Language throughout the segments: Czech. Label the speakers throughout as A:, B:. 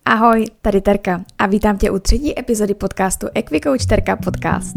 A: Ahoj, tady Terka a vítám tě u třetí epizody podcastu Equicoach Terka Podcast.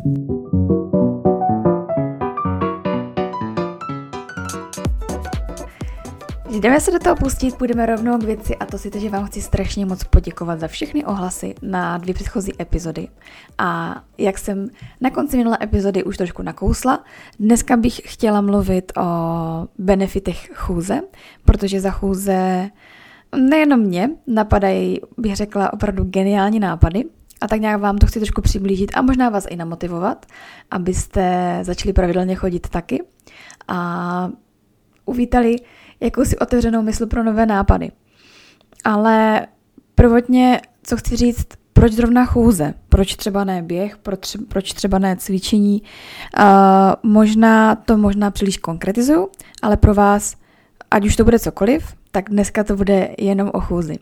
A: Jdeme se do toho pustit, půjdeme rovnou k věci a to si to, že vám chci strašně moc poděkovat za všechny ohlasy na 2 předchozí epizody. A jak jsem na konci minulé epizody už trošku nakousla, dneska bych chtěla mluvit o benefitech chůze, protože za chůze nejenom mě napadají, bych řekla, opravdu geniální nápady a tak nějak vám to chci trošku přiblížit a možná vás i namotivovat, abyste začali pravidelně chodit taky a uvítali jakousi otevřenou mysl pro nové nápady. Ale prvotně, co chci říct, proč zrovna chůze? Proč třeba ne běh? Proč třeba ne cvičení? Možná příliš konkretizuju, ale pro vás, ať už to bude cokoliv, tak dneska to bude jenom o chůzi.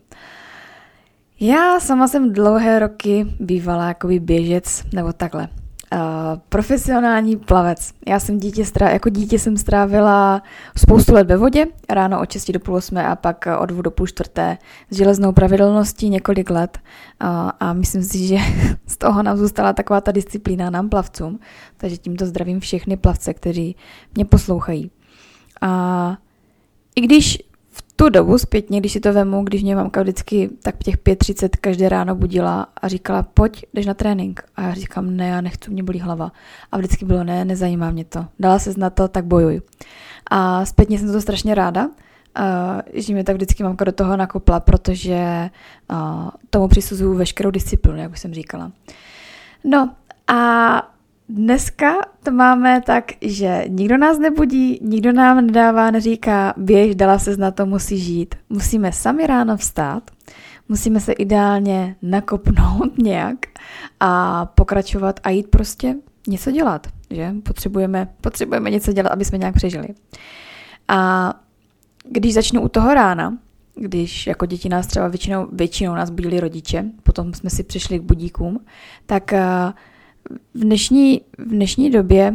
A: Já sama jsem dlouhé roky bývala jakoby běžec, nebo takhle. Profesionální plavec. Já jsem jako dítě jsem strávila spoustu let ve vodě, ráno od 6 do půl 8 a pak od 2 do půl 4 s železnou pravidelností několik let a myslím si, že z toho nám zůstala taková ta disciplína nám plavcům, takže tímto zdravím všechny plavce, kteří mě poslouchají. A i když v tu dobu zpětně, když si to vemu, když mě mamka vždycky tak těch 5:30 každé ráno budila a říkala, pojď, jdeš na trénink. A já říkám, ne, já nechci, mě bolí hlava. A vždycky bylo, ne, nezajímá mě to. Dala ses na to, tak bojuj. A zpětně jsem to strašně ráda, že mě tak vždycky mamka do toho nakopla, protože tomu přisuzuju veškerou disciplínu, jak už jsem říkala. No a dneska to máme tak, že nikdo nás nebudí, nikdo nám nedává, neříká, běž, dala ses na to, musí žít. Musíme sami ráno vstát, musíme se ideálně nakopnout nějak a pokračovat a jít prostě něco dělat, že? Potřebujeme něco dělat, aby jsme nějak přežili. A když začnu u toho rána, když jako děti nás třeba většinou nás budili rodiče, potom jsme si přišli k budíkům, tak v dnešní době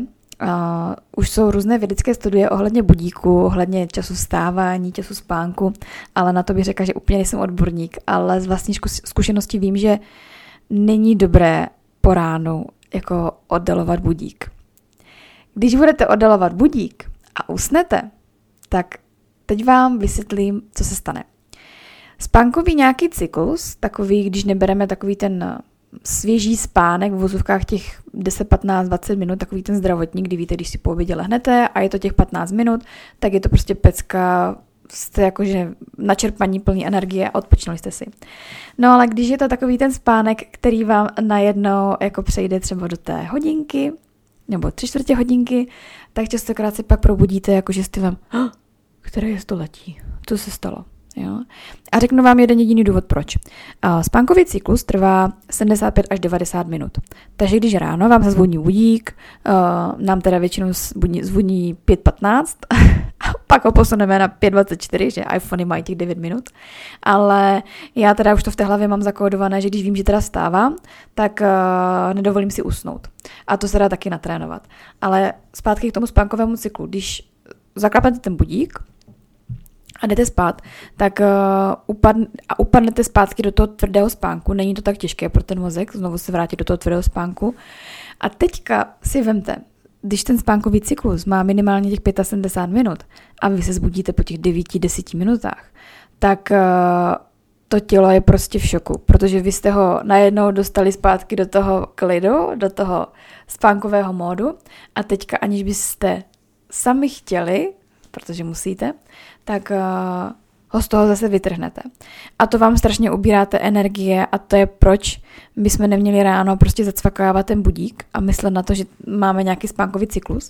A: už jsou různé vědecké studie ohledně budíku, ohledně času vstávání, času spánku, ale na to bych řekla, že úplně nejsem odborník, ale z vlastní zkušenosti vím, že není dobré po ránu jako oddalovat budík. Když budete oddalovat budík a usnete, tak teď vám vysvětlím, co se stane. Spánkový nějaký cyklus, takový, když nebereme takový ten svěží spánek v vozovkách těch 10, 15, 20 minut, takový ten zdravotní, kdy víte, když si po obědě lehnete a je to těch 15 minut, tak je to prostě pecka, jste jakože načerpaní plný energie a odpočinuli jste si. No ale když je to takový ten spánek, který vám najednou jako přejde třeba do té hodinky nebo 3/4 hodinky, tak častokrát se pak probudíte jakože stylem, které je století, co se stalo. Jo? A řeknu vám jeden jediný důvod, proč. Spánkový cyklus trvá 75 až 90 minut. Takže když ráno vám zazvoní budík, nám teda většinou zvoní 5:15 a pak ho posuneme na 5:24, že iPhony mají těch 9 minut. Ale já teda už to v té hlavě mám zakódované, že když vím, že teda stávám, tak nedovolím si usnout. A to se dá taky natrénovat. Ale zpátky k tomu spánkovému cyklu. Když zaklapnete ten budík, a jdete spát, tak upadnete zpátky do toho tvrdého spánku. Není to tak těžké pro ten mozek, znovu se vrátit do toho tvrdého spánku. A teďka si vemte, když ten spánkový cyklus má minimálně těch 75 minut a vy se zbudíte po těch 9-10 minutách, tak to tělo je prostě v šoku, protože vy jste ho najednou dostali zpátky do toho klidu, do toho spánkového módu a teďka aniž byste sami chtěli, protože musíte, tak ho z toho zase vytrhnete. A to vám strašně ubíráte energie a to je proč bychom neměli ráno prostě zacvakávat ten budík a myslet na to, že máme nějaký spánkový cyklus.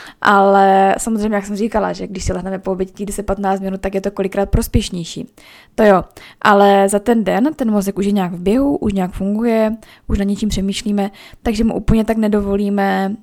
A: Ale samozřejmě, jak jsem říkala, že když si lehneme po obědě 10-15 minut, tak je to kolikrát prospěšnější. To jo, ale za ten den ten mozek už je nějak v běhu, už nějak funguje, už na něčím přemýšlíme, takže mu úplně tak nedovolíme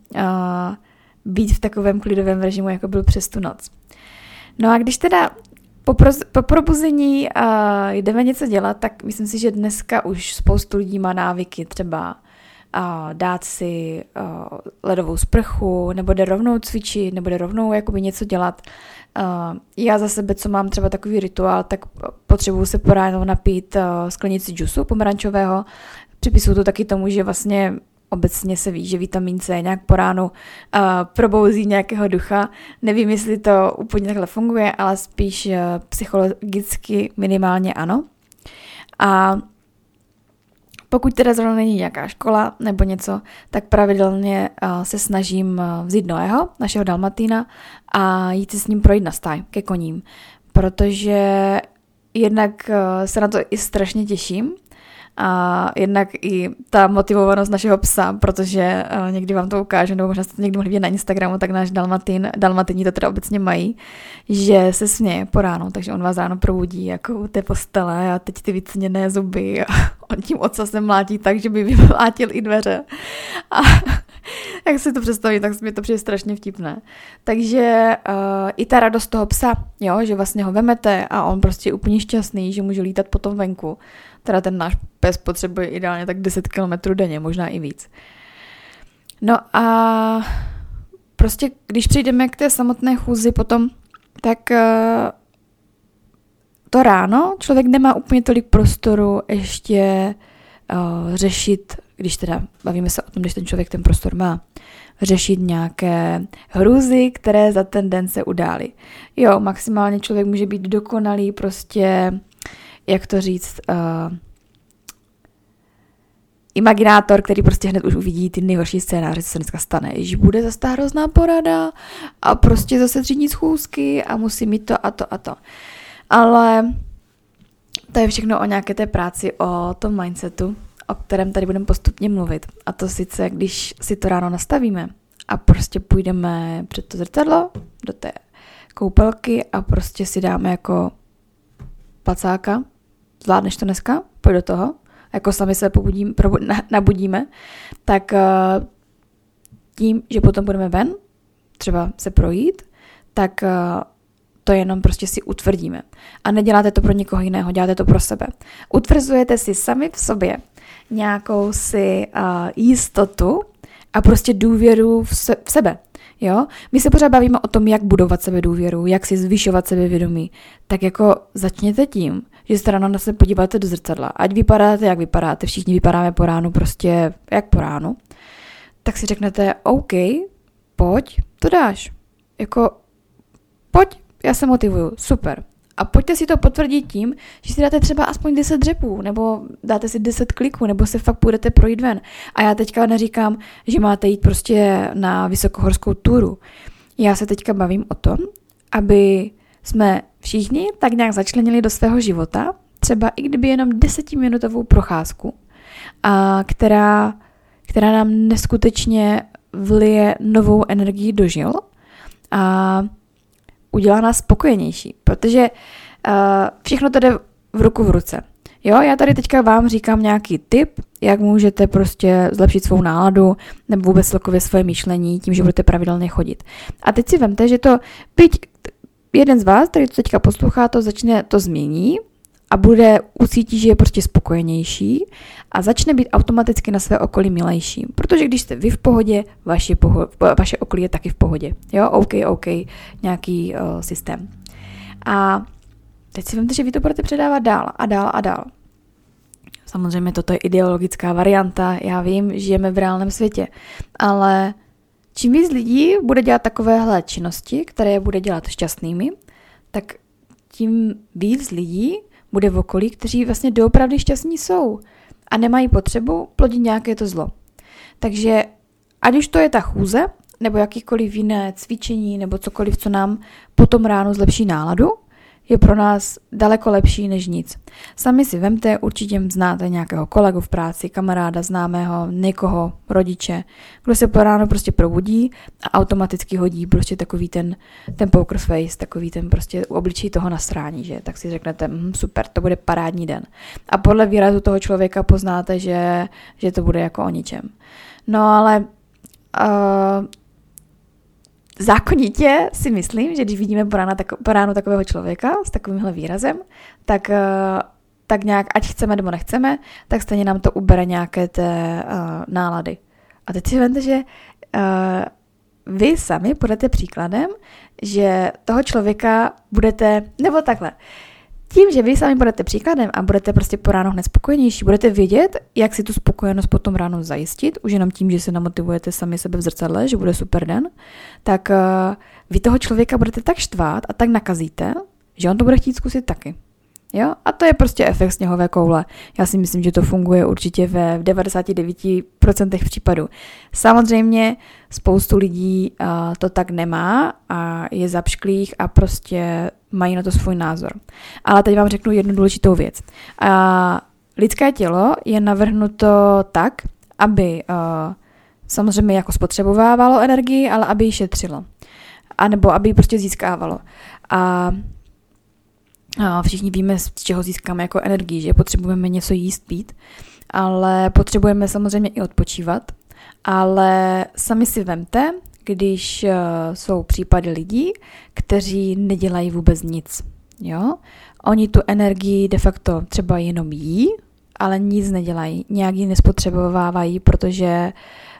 A: být v takovém klidovém režimu, jako byl přes tu noc. No a když teda po probuzení jdeme něco dělat, tak myslím si, že dneska už spoustu lidí má návyky třeba dát si ledovou sprchu, nebo jde rovnou cvičit, nebo jde rovnou jakoby něco dělat. Já za sebe, co mám třeba takový rituál, tak potřebuju se po ránu napít sklenici džusu pomerančového. Připisuju to taky tomu, že vlastně obecně se ví, že vitamin C nějak po ránu probouzí nějakého ducha. Nevím, jestli to úplně takhle funguje, ale spíš psychologicky minimálně ano. A pokud teda zrovna není nějaká škola nebo něco, tak pravidelně se snažím vzít Noého, našeho dalmatína, a jít si s ním projít na stáj ke koním. Protože jednak se na to i strašně těším, a jednak i ta motivovanost našeho psa, protože někdy vám to ukážu, nebo možná jste to někdy mohli vidět na Instagramu, tak náš dalmatini to teda obecně mají, že se směje po ránu, takže on vás ráno probudí jako u té postele a teď ty vycněné zuby a on tím ocasem mlátí tak, že by vymlátil i dveře. A jak si to představí, tak mi to přijde strašně vtipné. Takže i ta radost toho psa, jo, že vlastně ho vemete a on prostě je úplně šťastný, že může lítat potom venku. Teda ten náš pes potřebuje ideálně tak 10 km denně, možná i víc. No a prostě když přijdeme k té samotné chůzi potom, tak to ráno člověk nemá úplně tolik prostoru ještě řešit, když teda bavíme se o tom, když ten člověk ten prostor má, řešit nějaké hrůzy, které za ten den se udály. Jo, maximálně člověk může být dokonalý, prostě, jak to říct, imaginátor, který prostě hned už uvidí ty nejhorší scénáře, co se dneska stane. Ježiš, bude zase ta hrozná porada a prostě zase třídní schůzky a musí mít to a to a to. Ale to je všechno o nějaké té práci, o tom mindsetu, o kterém tady budeme postupně mluvit. A to sice, když si to ráno nastavíme a prostě půjdeme před to zrcadlo, do té koupelky a prostě si dáme jako pacáka. Zvládneš to dneska? Pojď do toho. Jako sami se nabudíme. Tak tím, že potom budeme ven, třeba se projít, tak to jenom prostě si utvrdíme. A neděláte to pro někoho jiného, děláte to pro sebe. Utvrzujete si sami v sobě nějakou si jistotu a prostě důvěru v sebe. Jo? My se pořád bavíme o tom, jak budovat sebedůvěru, jak si zvyšovat sebevědomí. Tak jako začněte tím, že se ráno na se podíváte do zrcadla. Ať vypadáte, jak vypadáte, všichni vypadáme po ránu prostě jak po ránu. Tak si řeknete, OK, pojď, to dáš. Jako, pojď, já se motivuju, super. A pojďte si to potvrdit tím, že si dáte třeba aspoň 10 dřepů, nebo dáte si 10 kliků, nebo se fakt půjdete projít ven. A já teďka neříkám, že máte jít prostě na vysokohorskou túru. Já se teďka bavím o tom, aby jsme všichni tak nějak začlenili do svého života, třeba i kdyby jenom 10minutovou procházku, a která nám neskutečně vlije novou energii do žil a udělá nás spokojenější, protože všechno to jde v ruku v ruce. Jo, já tady teďka vám říkám nějaký tip, jak můžete prostě zlepšit svou náladu nebo vůbec celkově svoje myšlení tím, že budete pravidelně chodit. A teď si vemte, že to byť jeden z vás, který to teďka poslouchá, to začne, to změní a bude ucítí, že je prostě spokojenější a začne být automaticky na své okolí milejší. Protože když jste vy v pohodě, vaše okolí je taky v pohodě. Jo, OK, nějaký systém. A teď si vemte, že vy to budete předávat dál a dál a dál. Samozřejmě toto je ideologická varianta, já vím, žijeme v reálném světě, ale čím víc lidí bude dělat takovéhle činnosti, které je bude dělat šťastnými, tak tím víc lidí bude v okolí, kteří vlastně doopravdy šťastní jsou a nemají potřebu plodit nějaké to zlo. Takže ať už to je ta chůze, nebo jakýkoliv jiné cvičení, nebo cokoliv, co nám potom ráno zlepší náladu, je pro nás daleko lepší než nic. Sami si vemte, určitě znáte nějakého kolegu v práci, kamaráda, známého, někoho, rodiče, kdo se po ráno prostě probudí a automaticky hodí prostě takový ten poker face, takový ten prostě obličej toho nasrání, že? Tak si řeknete, super, to bude parádní den. A podle výrazu toho člověka poznáte, že to bude jako o ničem. No ale zákonitě si myslím, že když vidíme po ránu takového člověka s takovýmhle výrazem, tak tak nějak, ať chceme nebo nechceme, tak stejně nám to ubere nějaké té nálady. A teď si vemte, že vy sami budete příkladem, že toho člověka budete, nebo takhle, tím, že vy sami budete příkladem a budete prostě po ránu hned spokojenější, budete vědět, jak si tu spokojenost potom ráno zajistit, už jenom tím, že se namotivujete sami sebe v zrcadle, že bude super den, tak vy toho člověka budete tak štvát a tak nakazíte, že on to bude chtít zkusit taky. Jo? A to je prostě efekt sněhové koule. Já si myslím, že to funguje určitě v 99% případů. Samozřejmě spoustu lidí to tak nemá a je zapšklých a prostě mají na to svůj názor. Ale teď vám řeknu jednu důležitou věc. Lidské tělo je navrhnuto tak, aby samozřejmě jako spotřebovávalo energii, ale aby ji šetřilo. A nebo aby ji prostě získávalo. A všichni víme, z čeho získáme jako energii, že potřebujeme něco jíst, pít, ale potřebujeme samozřejmě i odpočívat. Ale sami si vemte, když jsou případy lidí, kteří nedělají vůbec nic. Jo? Oni tu energii de facto třeba jenom jí, ale nic nedělají, nějak ji nespotřebovávají, protože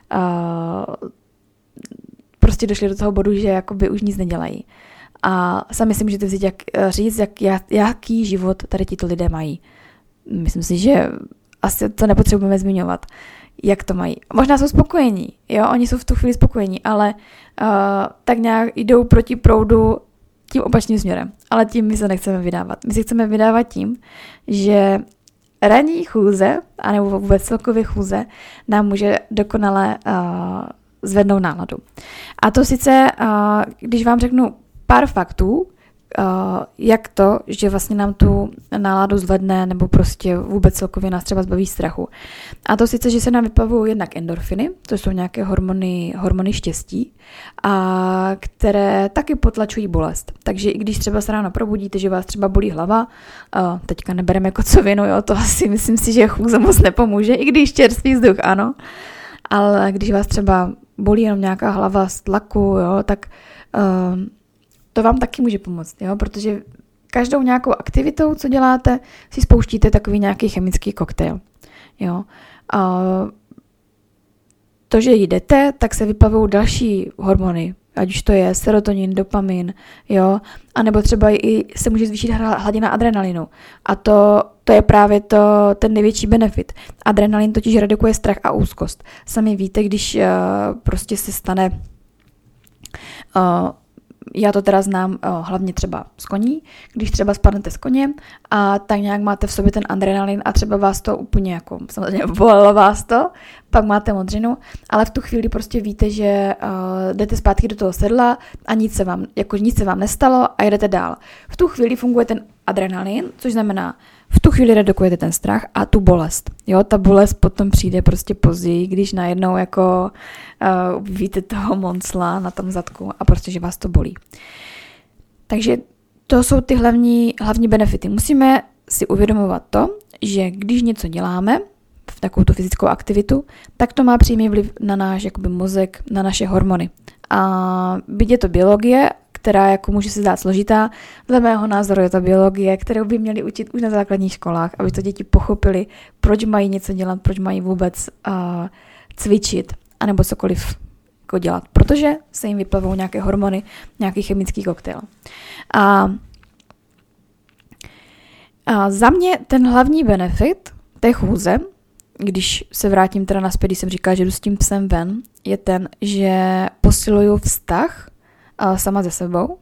A: prostě došli do toho bodu, že jakoby už nic nedělají. A sami si můžete říct, jaký život tady tito lidé mají. Myslím si, že asi to nepotřebujeme zmiňovat, jak to mají. Možná jsou spokojení, jo, oni jsou v tu chvíli spokojení, ale tak nějak jdou proti proudu tím opačným směrem. Ale tím my se nechceme vydávat. My si chceme vydávat tím, že ranní chůze, anebo vůbec celkově chůze, nám může dokonale zvednout náladu. A to sice, když vám řeknu pár faktů, jak to, že vlastně nám tu náladu zvedne nebo prostě vůbec celkově nás třeba zbaví strachu. A to sice, že se nám vyplavují jednak endorfiny, to jsou nějaké hormony štěstí, a které taky potlačují bolest. Takže i když třeba se ráno probudíte, že vás třeba bolí hlava, teďka nebereme kocovinu, jo, to asi myslím si, že chůze moc nepomůže, i když čerstvý vzduch, ano. Ale když vás třeba bolí jenom nějaká hlava z tlaku, jo, tak to vám taky může pomoct, jo? Protože každou nějakou aktivitou, co děláte, si spouštíte takový nějaký chemický koktejl. Jo? To, že jdete, tak se vyplavují další hormony, ať už to je serotonin, dopamin, jo? A nebo třeba i se může zvýšit hladina adrenalinu. A to je právě ten největší benefit. Adrenalin totiž redukuje strach a úzkost. Sami víte, když prostě se stane já to teda znám hlavně třeba z koní, když třeba spadnete z koně a tak nějak máte v sobě ten adrenalin a třeba vás to úplně jako, samozřejmě bolelo vás to, pak máte modřinu, ale v tu chvíli prostě víte, že jdete zpátky do toho sedla a nic se vám nestalo a jedete dál. V tu chvíli funguje ten adrenalin, což znamená, v tu chvíli redukujete ten strach a tu bolest. Jo, ta bolest potom přijde prostě později, když najednou jako víte toho monsla na tom zadku a prostě, že vás to bolí. Takže to jsou ty hlavní benefity. Musíme si uvědomovat to, že když něco děláme, v takovou tu fyzickou aktivitu, tak to má přímý vliv na náš jakoby mozek, na naše hormony. A byť je to biologie, která jako může se zdát složitá, dle mého názoru je to biologie, kterou by měli učit už na základních školách, aby to děti pochopili, proč mají něco dělat, proč mají vůbec cvičit, anebo cokoliv jako dělat, protože se jim vyplavou nějaké hormony, nějaký chemický koktejl. A za mě ten hlavní benefit té chůze, když se vrátím teda nazpět, když jsem říkala, že jdu s tím psem ven, je ten, že posiluju vztah sama ze sebou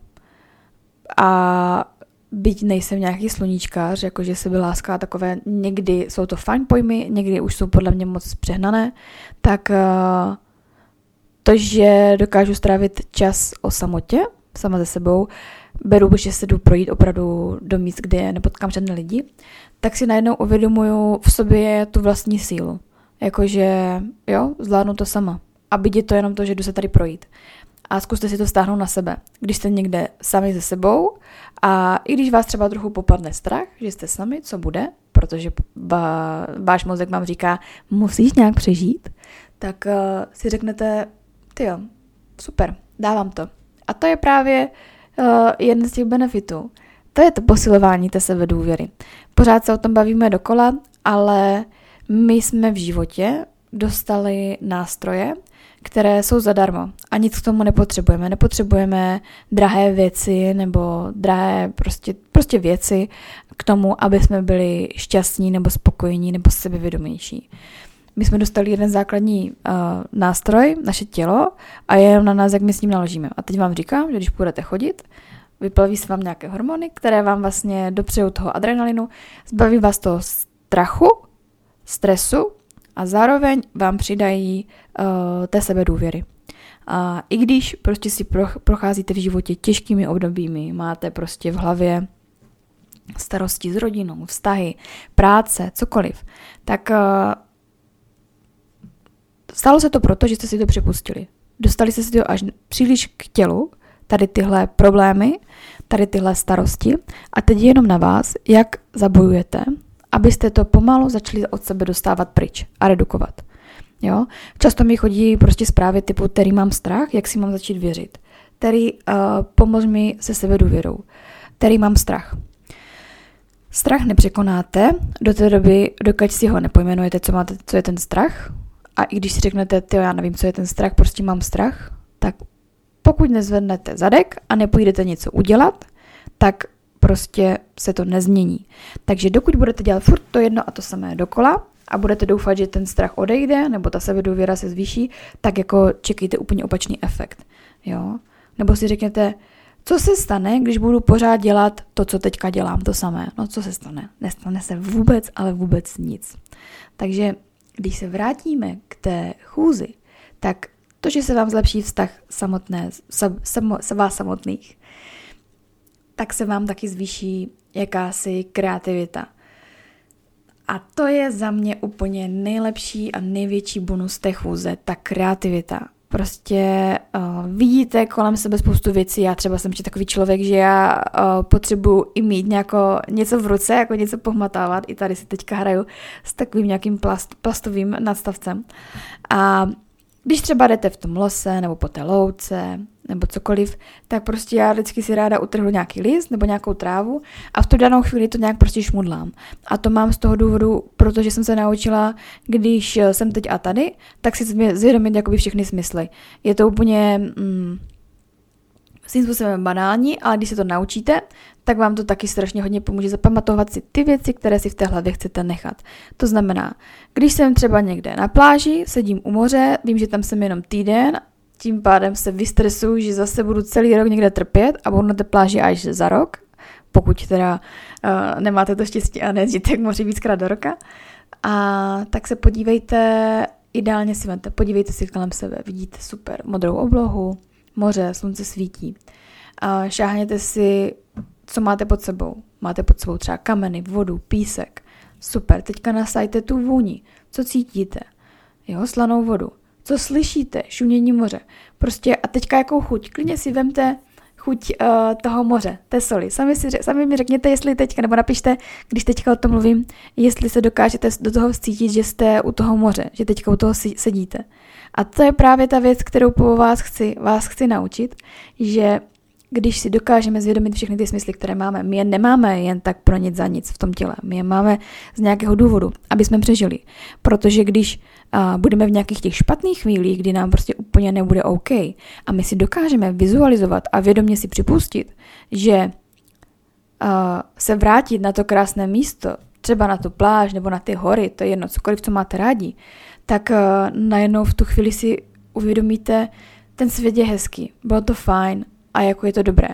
A: a byť nejsem nějaký sluníčkář, jakože sebeláska a takové, někdy jsou to fajn pojmy, někdy už jsou podle mě moc přehnané, tak to, že dokážu strávit čas o samotě, sama ze sebou, beru, že se jdu projít opravdu do míst, kde nepotkám žádné lidi, tak si najednou uvědomuju v sobě tu vlastní sílu. Jakože, jo, zvládnu to sama. A byť je to jenom to, že jdu se tady projít. A zkuste si to stáhnout na sebe. Když jste někde sami se sebou a i když vás třeba trochu popadne strach, že jste sami, co bude, protože váš mozek vám říká, musíš nějak přežít, tak si řeknete, tyjo, super, dávám to. A to je právě jeden z těch benefitů. To je to posilování té sebedůvěry. Pořád se o tom bavíme dokola, ale my jsme v životě dostali nástroje, které jsou zadarmo a nic k tomu nepotřebujeme. Nepotřebujeme drahé věci nebo drahé prostě věci k tomu, aby jsme byli šťastní nebo spokojení nebo sebevědomější. My jsme dostali jeden základní nástroj, naše tělo, a je jenom na nás, jak my s ním naložíme. A teď vám říkám, že když budete chodit, vyplaví se vám nějaké hormony, které vám vlastně dopřejou toho adrenalinu, zbaví vás toho strachu, stresu a zároveň vám přidají té sebedůvěry. A i když prostě si procházíte v životě těžkými obdobími, máte prostě v hlavě starosti s rodinou, vztahy, práce, cokoliv, tak stalo se to proto, že jste si to připustili. Dostali jste si to až příliš k tělu, tady tyhle problémy, tady tyhle starosti, a teď je jenom na vás, jak zabojujete, abyste to pomalu začali od sebe dostávat pryč a redukovat. Jo? Často mi chodí prostě zprávy typu, který mám strach, jak si mám začít věřit. Který pomož mi se sebedůvěrou. Který mám strach. Strach nepřekonáte do té doby, dokud si ho nepojmenujete, co je ten strach. A i když si řeknete, já nevím, co je ten strach, prostě mám strach, tak pokud nezvednete zadek a nepůjdete něco udělat, tak prostě se to nezmění. Takže dokud budete dělat furt to jedno a to samé dokola a budete doufat, že ten strach odejde nebo ta sebedůvěra se zvýší, tak jako čekejte úplně opačný efekt. Jo? Nebo si řekněte, co se stane, když budu pořád dělat to, co teďka dělám, to samé. No co se stane? Nestane se vůbec, ale vůbec nic. Takže když se vrátíme k té chůzi, tak to, že se vám zlepší vztah vás samotných, tak se vám taky zvýší jakási kreativita. A to je za mě úplně nejlepší a největší bonus té chůze, ta kreativita. Prostě vidíte kolem sebe spoustu věcí, já třeba jsem ještě takový člověk, že já potřebuji i mít něco v ruce, jako něco pohmatávat, i tady si teďka hraju s takovým nějakým plastovým nadstavcem. A když třeba jdete v tom lose nebo po té louce nebo cokoliv, tak prostě já vždycky si ráda utrhnu nějaký list nebo nějakou trávu a v tu danou chvíli to nějak prostě šmudlám. A to mám z toho důvodu, protože jsem se naučila, když jsem teď a tady, tak si zvědomit jakoby všechny smysly. Je to úplně svým způsobem banální, ale když se to naučíte, tak vám to taky strašně hodně pomůže zapamatovat si ty věci, které si v té hlavě chcete nechat. To znamená, když jsem třeba někde na pláži, sedím u moře, vím, že tam jsem jenom týden, tím pádem se vystresuju, že zase budu celý rok někde trpět a budu na té pláži až za rok, pokud teda nemáte to štěstí a nejezdíte k moři víckrát do roka. A tak se podívejte, ideálně si vemte, podívejte si kolem sebe, vidíte super modrou oblohu, moře, slunce svítí. A šáhněte si, co máte pod sebou. Máte pod sebou třeba kameny, vodu, písek. Super, teďka nasajte tu vůni. Co cítíte? Jo, slanou vodu. Co slyšíte? Šumění moře. Prostě a teďka jakou chuť? Klidně si vemte chuť toho moře, té soli. Sami mi řekněte, jestli teďka, nebo napište, když teďka o tom mluvím, jestli se dokážete do toho cítit, že jste u toho moře, že teďka u toho sedíte. A to je právě ta věc, kterou po vás chci naučit, že když si dokážeme zvědomit všechny ty smysly, které máme, my je nemáme jen tak pro nic za nic v tom těle, my je máme z nějakého důvodu, aby jsme přežili. Protože když budeme v nějakých těch špatných chvílích, kdy nám prostě úplně nebude OK, a my si dokážeme vizualizovat a vědomě si připustit, že se vrátit na to krásné místo, třeba na tu pláž nebo na ty hory, to je jedno, cokoliv, co máte rádi, tak najednou v tu chvíli si uvědomíte, ten svět je hezký, bylo to fajn a jako je to dobré.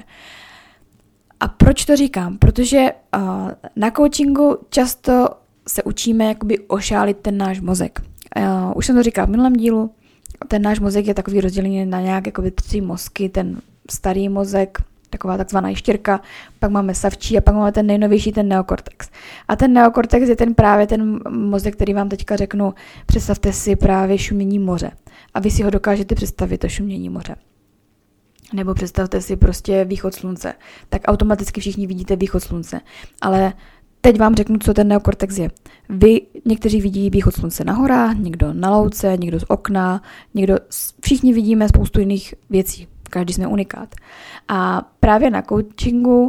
A: A proč to říkám? Protože na coachingu často se učíme jakoby ošálit ten náš mozek. Už jsem to říkala v minulém dílu, ten náš mozek je takový rozdělený na nějak jakoby 3 mozky, ten starý mozek, taková takzvaná ještěrka, pak máme savčí a pak máme ten nejnovější, ten neokortex. A ten neokortex je právě ten mozek, který vám teďka řeknu, představte si právě šumění moře. A vy si ho dokážete představit, to šumění moře. Nebo představte si prostě východ slunce. Tak automaticky všichni vidíte východ slunce. Ale teď vám řeknu, co ten neokortex je. Někteří vidí východ slunce na horách, někdo na louce, někdo z okna, všichni vidíme spoustu jiných věcí. každý jsme unikát. A právě na coachingu,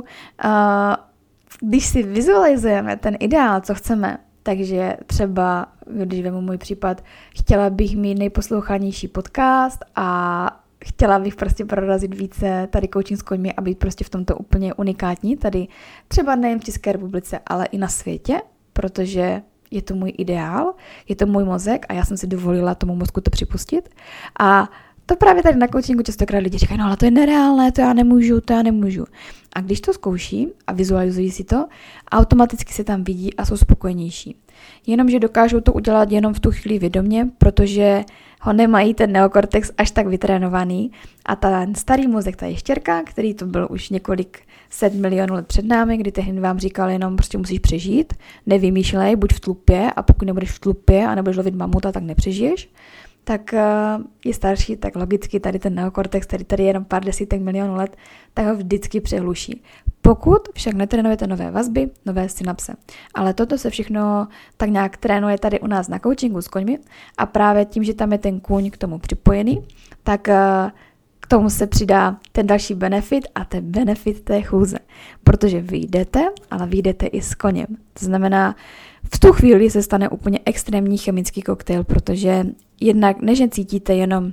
A: když si vizualizujeme ten ideál, co chceme, takže třeba, když vemu můj případ, chtěla bych mít nejposlouchanější podcast a chtěla bych prostě prorazit více tady coaching s koňmi a být prostě v tomto úplně unikátní, tady třeba nejen v České republice, ale i na světě, protože je to můj ideál, je to můj mozek a já jsem si dovolila tomu mozku to připustit. A to právě tady na coachingu častokrát lidi říkají, no ale to je nereálné, to já nemůžu. A když to zkouší a vizualizují si to, automaticky se tam vidí a jsou spokojenější. Jenomže dokážou to udělat jenom v tu chvíli vědomě, protože ho nemají ten neokortex až tak vytrénovaný a ten starý mozek, ta ještěrka, který to byl už několik set milionů let před námi, kdy tehdy vám říkal jenom prostě musíš přežít, nevymýšlej, buď v tlupě a pokud nebudeš v tlupě a nebudeš lovit mamuta, tak nepřežiješ, tak je starší, tak logicky tady ten neokortex, který tady je jenom pár desítek milionů let, tak ho vždycky přehluší. Pokud však netrénujete nové vazby, nové synapse. Ale toto se všechno tak nějak trénuje tady u nás na coachingu s koňmi a právě tím, že tam je ten kůň k tomu připojený, tak k tomu se přidá ten další benefit a ten benefit té chůze. Protože vy jdete, ale vy jdete i s koněm. To znamená, v tu chvíli se stane úplně extrémní chemický koktejl, protože jednak než cítíte jenom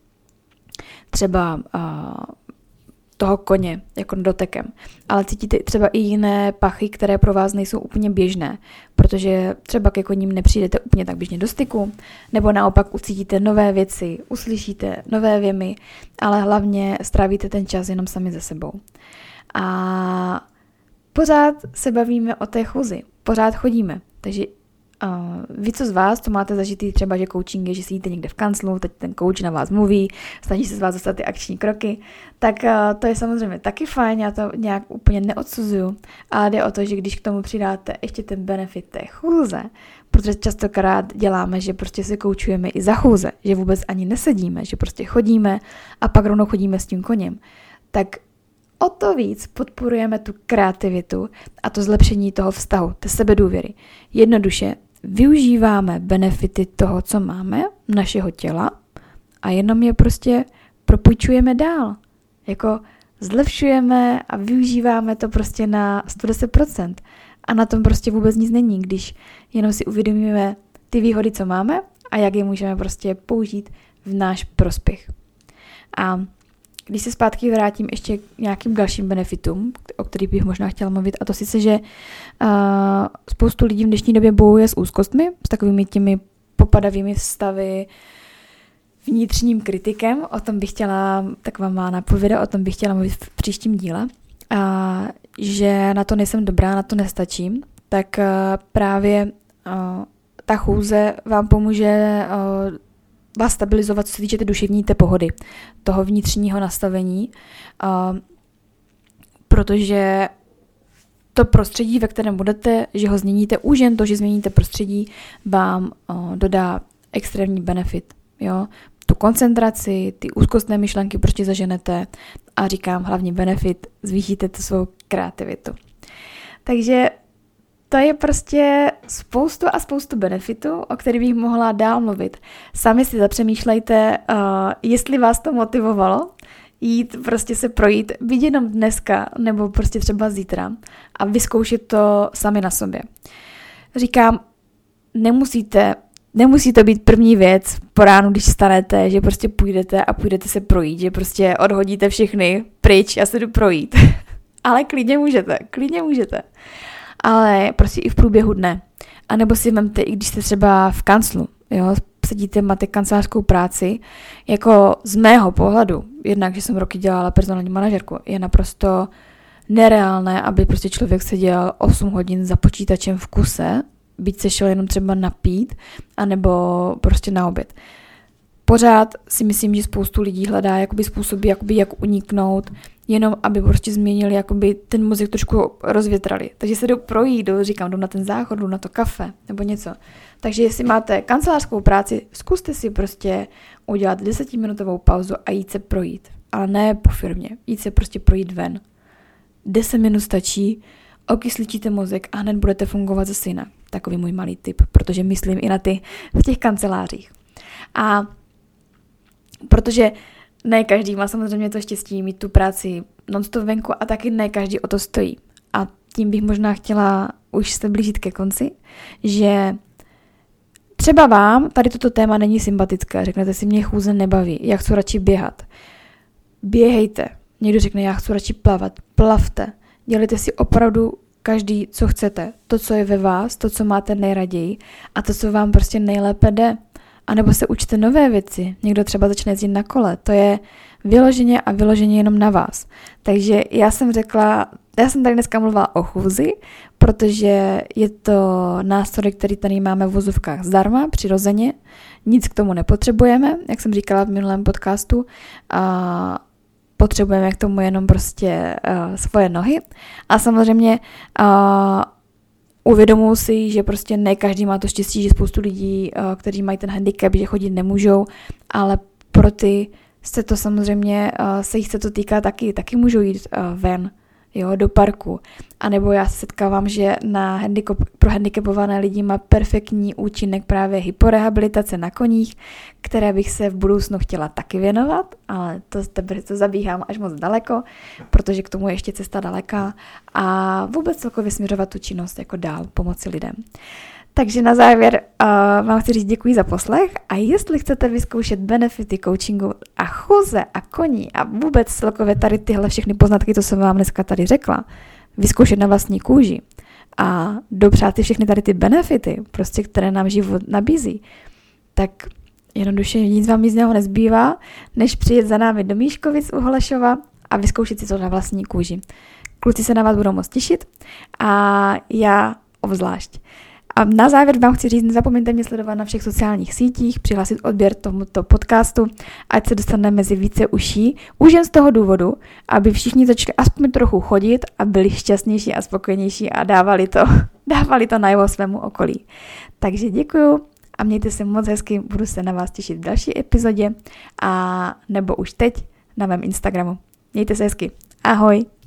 A: třeba toho koně jako dotekem, ale cítíte třeba i jiné pachy, které pro vás nejsou úplně běžné, protože třeba ke koním nepřijdete úplně tak běžně do styku, nebo naopak ucítíte nové věci, uslyšíte nové věmy, ale hlavně strávíte ten čas jenom sami ze sebou. A pořád se bavíme o té chůzi, pořád chodíme, takže vy, co z vás, to máte zažitý třeba, že coaching je, že sedíte někde v kanclu, teď ten coach na vás mluví, snaží se z vás dostat ty akční kroky, tak to je samozřejmě taky fajn, já to nějak úplně neodsuzuju, ale jde o to, že když k tomu přidáte ještě ten benefit té chůze, protože častokrát děláme, že prostě se coachujeme i za chůze, že vůbec ani nesedíme, že prostě chodíme a pak rovnou chodíme s tím koněm, tak o to víc podporujeme tu kreativitu a to zlepšení toho vztahu, té sebedůvěry. Jednoduše využíváme benefity toho, co máme, našeho těla a jenom je prostě propůjčujeme dál. Jako zlepšujeme a využíváme to prostě na 110%. A na tom prostě vůbec nic není, když jenom si uvědomíme ty výhody, co máme a jak je můžeme prostě použít v náš prospěch. A když se zpátky vrátím ještě k nějakým dalším benefitům, o kterých bych možná chtěla mluvit, a to sice, že spoustu lidí v dnešní době bojuje s úzkostmi, s takovými těmi popadavými stavy, vnitřním kritikem, o tom bych chtěla, taková má napověda, o tom bych chtěla mluvit v příštím díle, že na to nejsem dobrá, na to nestačím, tak právě ta chůze vám pomůže vás stabilizovat, co se týče té duševní té pohody, toho vnitřního nastavení, protože to prostředí, ve kterém budete, že ho změníte, už jen to, že změníte prostředí, vám dodá extrémní benefit. Jo? Tu koncentraci, ty úzkostné myšlenky prostě zaženete a říkám hlavně benefit, zvýšíte tu svou kreativitu. Takže to je prostě spoustu benefitů, o kterých bych mohla dál mluvit. Sami si zapřemýšlejte, jestli vás to motivovalo jít prostě se projít, být jenom dneska nebo prostě třeba zítra a vyzkoušet to sami na sobě. Říkám, nemusí to být první věc po ránu, když stanete, že prostě půjdete a půjdete se projít, že prostě odhodíte všechny pryč, já se jdu projít. Ale klidně můžete. Ale prostě i v průběhu dne. A nebo si vemte, i když jste třeba v kanclu, jo, sedíte, máte kancelářskou práci, jako z mého pohledu, jednak, že jsem roky dělala personální manažerku, je naprosto nereálné, aby prostě člověk seděl 8 hodin za počítačem v kuse, byť se šel jenom třeba napít, anebo prostě na oběd. Pořád si myslím, že spoustu lidí hledá jakoby způsoby, jakoby jak uniknout, jenom aby prostě změnili, jakoby ten mozek trošku rozvětrali. Takže se jdou projít, jdou na ten záchod, jdou na to kafe nebo něco. Takže jestli máte kancelářskou práci, zkuste si prostě udělat 10minutovou pauzu a jít se projít. Ale ne po firmě, jít se prostě projít ven. 10 minut stačí, okysličíte mozek a hned budete fungovat zase jinak. Takový můj malý tip, protože myslím i na ty v těch kancelářích. A protože ne každý má samozřejmě to štěstí mít tu práci non-stop venku a taky ne každý o to stojí. A tím bych možná chtěla už se blížit ke konci, že třeba vám tady toto téma není sympatické, řeknete si, mě chůze nebaví, já chci radši běhat. Běhejte. Někdo řekne, já chci radši plavat. Plavte. Dělejte si opravdu každý, co chcete. To, co je ve vás, to, co máte nejraději a to, co vám prostě nejlépe jde. A nebo se učte nové věci. Někdo třeba začne jezdit na kole. To je vyloženě jenom na vás. Takže já jsem tady dneska mluvila o chůzi, protože je to nástroj, který tady máme v vozovkách zdarma, přirozeně. Nic k tomu nepotřebujeme, jak jsem říkala v minulém podcastu. Potřebujeme k tomu jenom prostě svoje nohy. A samozřejmě uvědomuji si, že prostě ne každý má to štěstí, že spoustu lidí, kteří mají ten handicap, že chodit nemůžou, ale pro ty se to samozřejmě, se jich se to týká taky můžou jít ven, jo, do parku. A nebo já se setkávám, že pro handicapované lidi má perfektní účinek právě hyporehabilitace na koních, které bych se v budoucnu chtěla taky věnovat, ale to zabíhám až moc daleko, protože k tomu je ještě cesta daleká a vůbec celkově směřovat tu činnost jako dál, pomoci lidem. Takže na závěr vám chci říct děkuji za poslech a jestli chcete vyzkoušet benefity coachingu a chůze a koní a vůbec celkově tady tyhle všechny poznatky, co jsem vám dneska tady řekla, vyzkoušet na vlastní kůži a dopřát si všechny tady ty benefity, prostě které nám život nabízí, tak jednoduše nic vám jiného nezbývá, než přijet za námi do Míškovic u Holešova a vyzkoušet si to na vlastní kůži. Kluci se na vás budou moc těšit a já obzvlášť. A na závěr vám chci říct, nezapomeňte mě sledovat na všech sociálních sítích, přihlásit odběr tomuto podcastu, ať se dostaneme mezi více uší, už jen z toho důvodu, aby všichni začali aspoň trochu chodit a byli šťastnější a spokojenější a dávali to najevo svému okolí. Takže děkuju a mějte se moc hezky, budu se na vás těšit v další epizodě a nebo už teď na mém Instagramu. Mějte se hezky. Ahoj!